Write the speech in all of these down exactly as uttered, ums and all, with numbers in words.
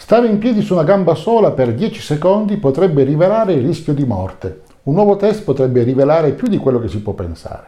Stare in piedi su una gamba sola per dieci secondi potrebbe rivelare il rischio di morte. Un nuovo test potrebbe rivelare più di quello che si può pensare.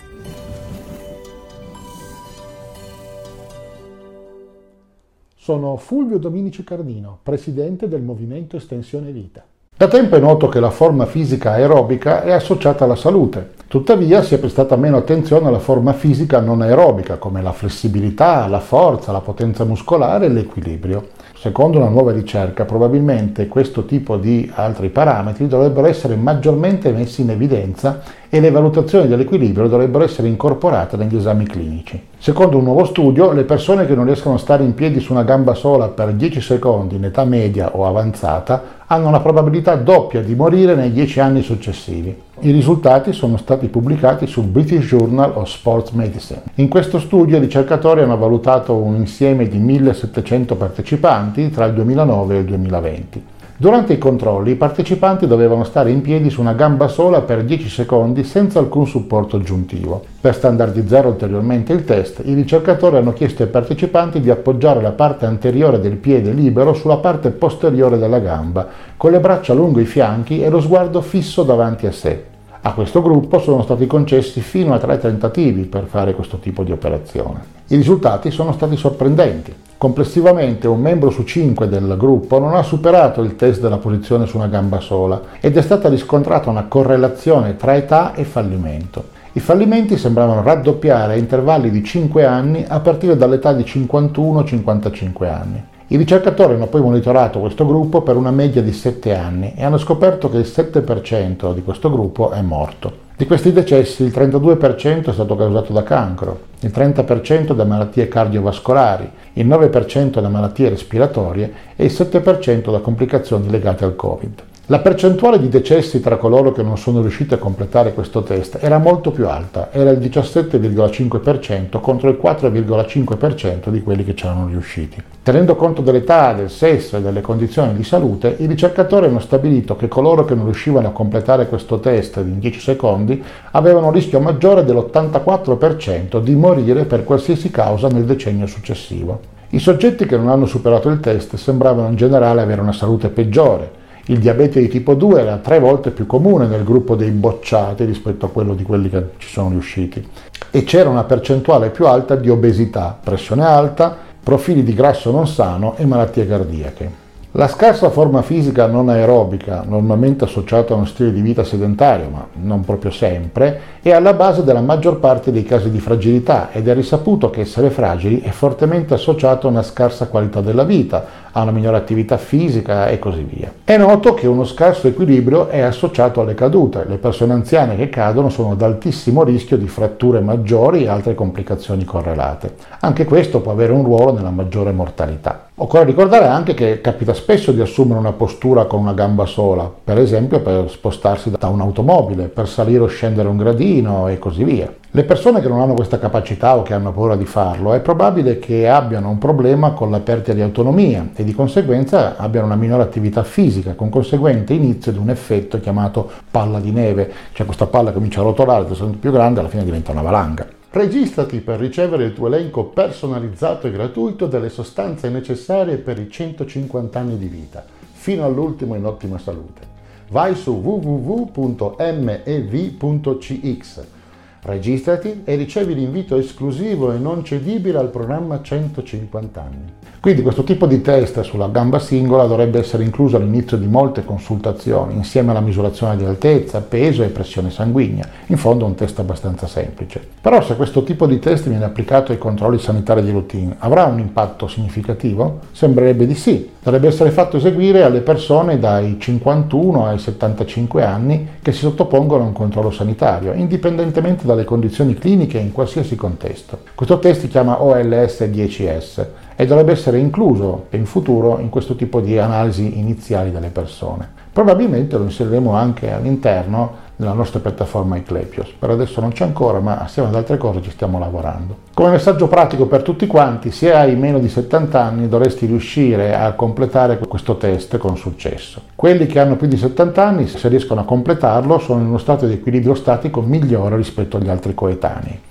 Sono Fulvio Dominici Cardino, presidente del Movimento Estensione Vita. Da tempo è noto che la forma fisica aerobica è associata alla salute. Tuttavia si è prestata meno attenzione alla forma fisica non aerobica, come la flessibilità, la forza, la potenza muscolare e l'equilibrio. Secondo una nuova ricerca, probabilmente questo tipo di altri parametri dovrebbero essere maggiormente messi in evidenza e le valutazioni dell'equilibrio dovrebbero essere incorporate negli esami clinici. Secondo un nuovo studio, le persone che non riescono a stare in piedi su una gamba sola per dieci secondi in età media o avanzata hanno una probabilità doppia di morire nei dieci anni successivi. I risultati sono stati pubblicati sul British Journal of Sports Medicine. In questo studio i ricercatori hanno valutato un insieme di millesettecento partecipanti tra il duemilanove e il duemilaventi. Durante i controlli i partecipanti dovevano stare in piedi su una gamba sola per dieci secondi senza alcun supporto aggiuntivo. Per standardizzare ulteriormente il test, i ricercatori hanno chiesto ai partecipanti di appoggiare la parte anteriore del piede libero sulla parte posteriore della gamba, con le braccia lungo i fianchi e lo sguardo fisso davanti a sé. A questo gruppo sono stati concessi fino a tre tentativi per fare questo tipo di operazione. I risultati sono stati sorprendenti. Complessivamente un membro su cinque del gruppo non ha superato il test della posizione su una gamba sola ed è stata riscontrata una correlazione tra età e fallimento. I fallimenti sembravano raddoppiare a intervalli di cinque anni a partire dall'età di cinquantuno cinquantacinque anni. I ricercatori hanno poi monitorato questo gruppo per una media di sette anni e hanno scoperto che il sette per cento di questo gruppo è morto. Di questi decessi il trentadue per cento è stato causato da cancro, il trenta per cento da malattie cardiovascolari, il nove per cento da malattie respiratorie e il sette per cento da complicazioni legate al Covid. La percentuale di decessi tra coloro che non sono riusciti a completare questo test era molto più alta, era il diciassette virgola cinque per cento contro il quattro virgola cinque per cento di quelli che ci erano riusciti. Tenendo conto dell'età, del sesso e delle condizioni di salute, i ricercatori hanno stabilito che coloro che non riuscivano a completare questo test in dieci secondi avevano un rischio maggiore dell'ottantaquattro per cento di morire per qualsiasi causa nel decennio successivo. I soggetti che non hanno superato il test sembravano in generale avere una salute peggiore. Il diabete di tipo due era tre volte più comune nel gruppo dei bocciati rispetto a quello di quelli che ci sono riusciti e c'era una percentuale più alta di obesità, pressione alta, profili di grasso non sano e malattie cardiache. La scarsa forma fisica non aerobica, normalmente associata a uno stile di vita sedentario, ma non proprio sempre, è alla base della maggior parte dei casi di fragilità ed è risaputo che essere fragili è fortemente associato a una scarsa qualità della vita, a una minore attività fisica e così via. È noto che uno scarso equilibrio è associato alle cadute. Le persone anziane che cadono sono ad altissimo rischio di fratture maggiori e altre complicazioni correlate. Anche questo può avere un ruolo nella maggiore mortalità. Occorre ricordare anche che capita spesso di assumere una postura con una gamba sola, per esempio per spostarsi da un'automobile, per salire o scendere un gradino e così via. Le persone che non hanno questa capacità o che hanno paura di farlo è probabile che abbiano un problema con la perdita di autonomia e di conseguenza abbiano una minore attività fisica, con conseguente inizio di un effetto chiamato palla di neve, cioè questa palla comincia a rotolare, sempre più grande e alla fine diventa una valanga. Registrati per ricevere il tuo elenco personalizzato e gratuito delle sostanze necessarie per i centocinquanta anni di vita, fino all'ultimo in ottima salute. Vai su w w w punto mev punto c x. Registrati e ricevi l'invito esclusivo e non cedibile al programma centocinquanta anni. Quindi questo tipo di test sulla gamba singola dovrebbe essere incluso all'inizio di molte consultazioni, insieme alla misurazione di altezza, peso e pressione sanguigna. In fondo è un test abbastanza semplice. Però se questo tipo di test viene applicato ai controlli sanitari di routine, avrà un impatto significativo? Sembrerebbe di sì. Dovrebbe essere fatto eseguire alle persone dai cinquantuno ai settantacinque anni che si sottopongono a un controllo sanitario, indipendentemente dalle condizioni cliniche in qualsiasi contesto. Questo test si chiama O L S dieci S e dovrebbe essere incluso in futuro in questo tipo di analisi iniziali delle persone. Probabilmente lo inseriremo anche all'interno della nostra piattaforma Eclepios. Per adesso non c'è ancora, ma assieme ad altre cose ci stiamo lavorando. Come messaggio pratico per tutti quanti, se hai meno di settanta anni dovresti riuscire a completare questo test con successo. Quelli che hanno più di settanta anni, se riescono a completarlo, sono in uno stato di equilibrio statico migliore rispetto agli altri coetanei.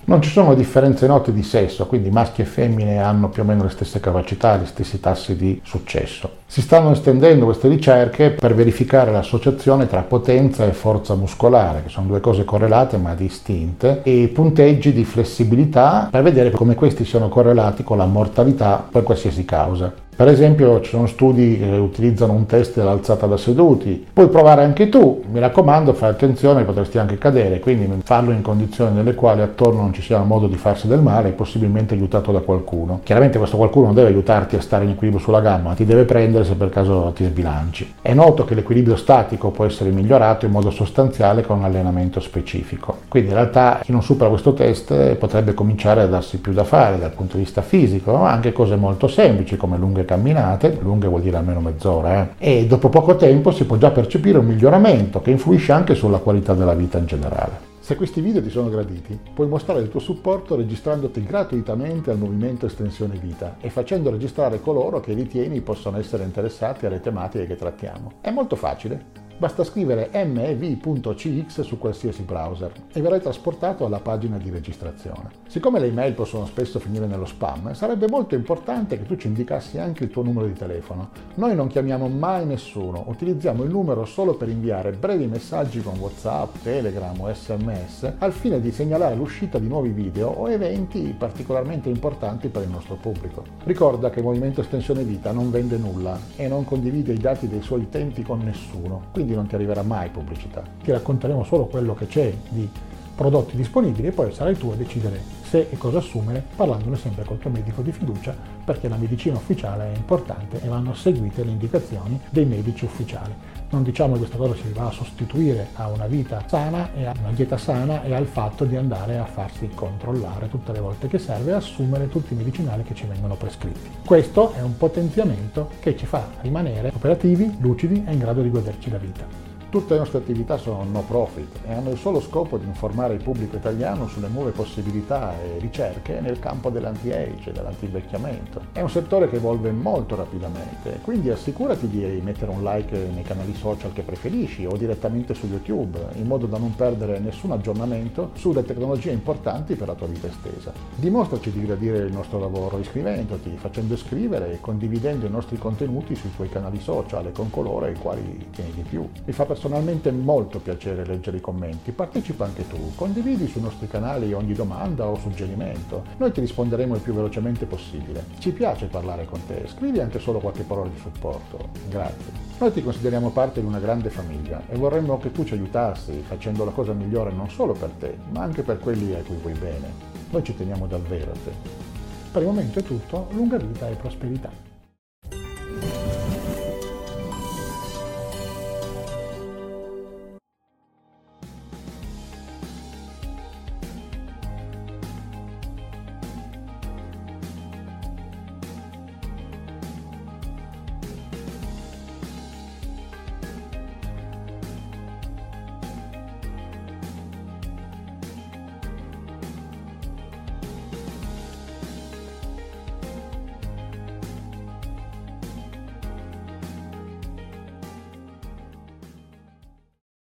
Non ci sono differenze note di sesso, quindi maschi e femmine hanno più o meno le stesse capacità, gli stessi tassi di successo. Si stanno estendendo queste ricerche per verificare l'associazione tra potenza e forza muscolare, che sono due cose correlate ma distinte, e punteggi di flessibilità per vedere come questi siano correlati con la mortalità per qualsiasi causa. Per esempio ci sono studi che utilizzano un test dell'alzata da seduti, puoi provare anche tu, mi raccomando fai attenzione, potresti anche cadere, quindi farlo in condizioni nelle quali attorno non ci sia modo di farsi del male, possibilmente aiutato da qualcuno. Chiaramente questo qualcuno non deve aiutarti a stare in equilibrio sulla gamba, ma ti deve prendere se per caso ti sbilanci. È noto che l'equilibrio statico può essere migliorato in modo sostanziale con un allenamento specifico, quindi in realtà chi non supera questo test potrebbe cominciare a darsi più da fare dal punto di vista fisico, ma anche cose molto semplici come lunghe camminate, lunghe vuol dire almeno mezz'ora, eh? E dopo poco tempo si può già percepire un miglioramento che influisce anche sulla qualità della vita in generale. Se questi video ti sono graditi, puoi mostrare il tuo supporto registrandoti gratuitamente al movimento Estensione Vita e facendo registrare coloro che ritieni possano essere interessati alle tematiche che trattiamo. È molto facile. Basta scrivere m e v punto c x su qualsiasi browser e verrai trasportato alla pagina di registrazione. Siccome le email possono spesso finire nello spam, sarebbe molto importante che tu ci indicassi anche il tuo numero di telefono. Noi non chiamiamo mai nessuno, utilizziamo il numero solo per inviare brevi messaggi con WhatsApp, Telegram o S M S al fine di segnalare l'uscita di nuovi video o eventi particolarmente importanti per il nostro pubblico. Ricorda che il Movimento Estensione Vita non vende nulla e non condivide i dati dei suoi utenti con nessuno, quindi non ti arriverà mai pubblicità. Ti racconteremo solo quello che c'è di prodotti disponibili e poi sarai tu a decidere se e cosa assumere, parlandone sempre col tuo medico di fiducia, perché la medicina ufficiale è importante e vanno seguite le indicazioni dei medici ufficiali. Non diciamo che questa cosa si va a sostituire a una vita sana e a una dieta sana e al fatto di andare a farsi controllare tutte le volte che serve e assumere tutti i medicinali che ci vengono prescritti. Questo è un potenziamento che ci fa rimanere operativi, lucidi e in grado di goderci la vita. Tutte le nostre attività sono no profit e hanno il solo scopo di informare il pubblico italiano sulle nuove possibilità e ricerche nel campo dell'anti-age e dell'antivecchiamento. È un settore che evolve molto rapidamente, quindi assicurati di mettere un like nei canali social che preferisci o direttamente su YouTube, in modo da non perdere nessun aggiornamento sulle tecnologie importanti per la tua vita estesa. Dimostraci di gradire il nostro lavoro iscrivendoti, facendo iscrivere e condividendo i nostri contenuti sui tuoi canali social e con coloro ai quali tieni di più. Mi fa personalmente molto piacere leggere i commenti, partecipa anche tu, condividi sui nostri canali ogni domanda o suggerimento, noi ti risponderemo il più velocemente possibile. Ci piace parlare con te, scrivi anche solo qualche parola di supporto, grazie. Noi ti consideriamo parte di una grande famiglia e vorremmo che tu ci aiutassi facendo la cosa migliore non solo per te, ma anche per quelli a cui vuoi bene. Noi ci teniamo davvero a te. Per il momento è tutto, lunga vita e prosperità.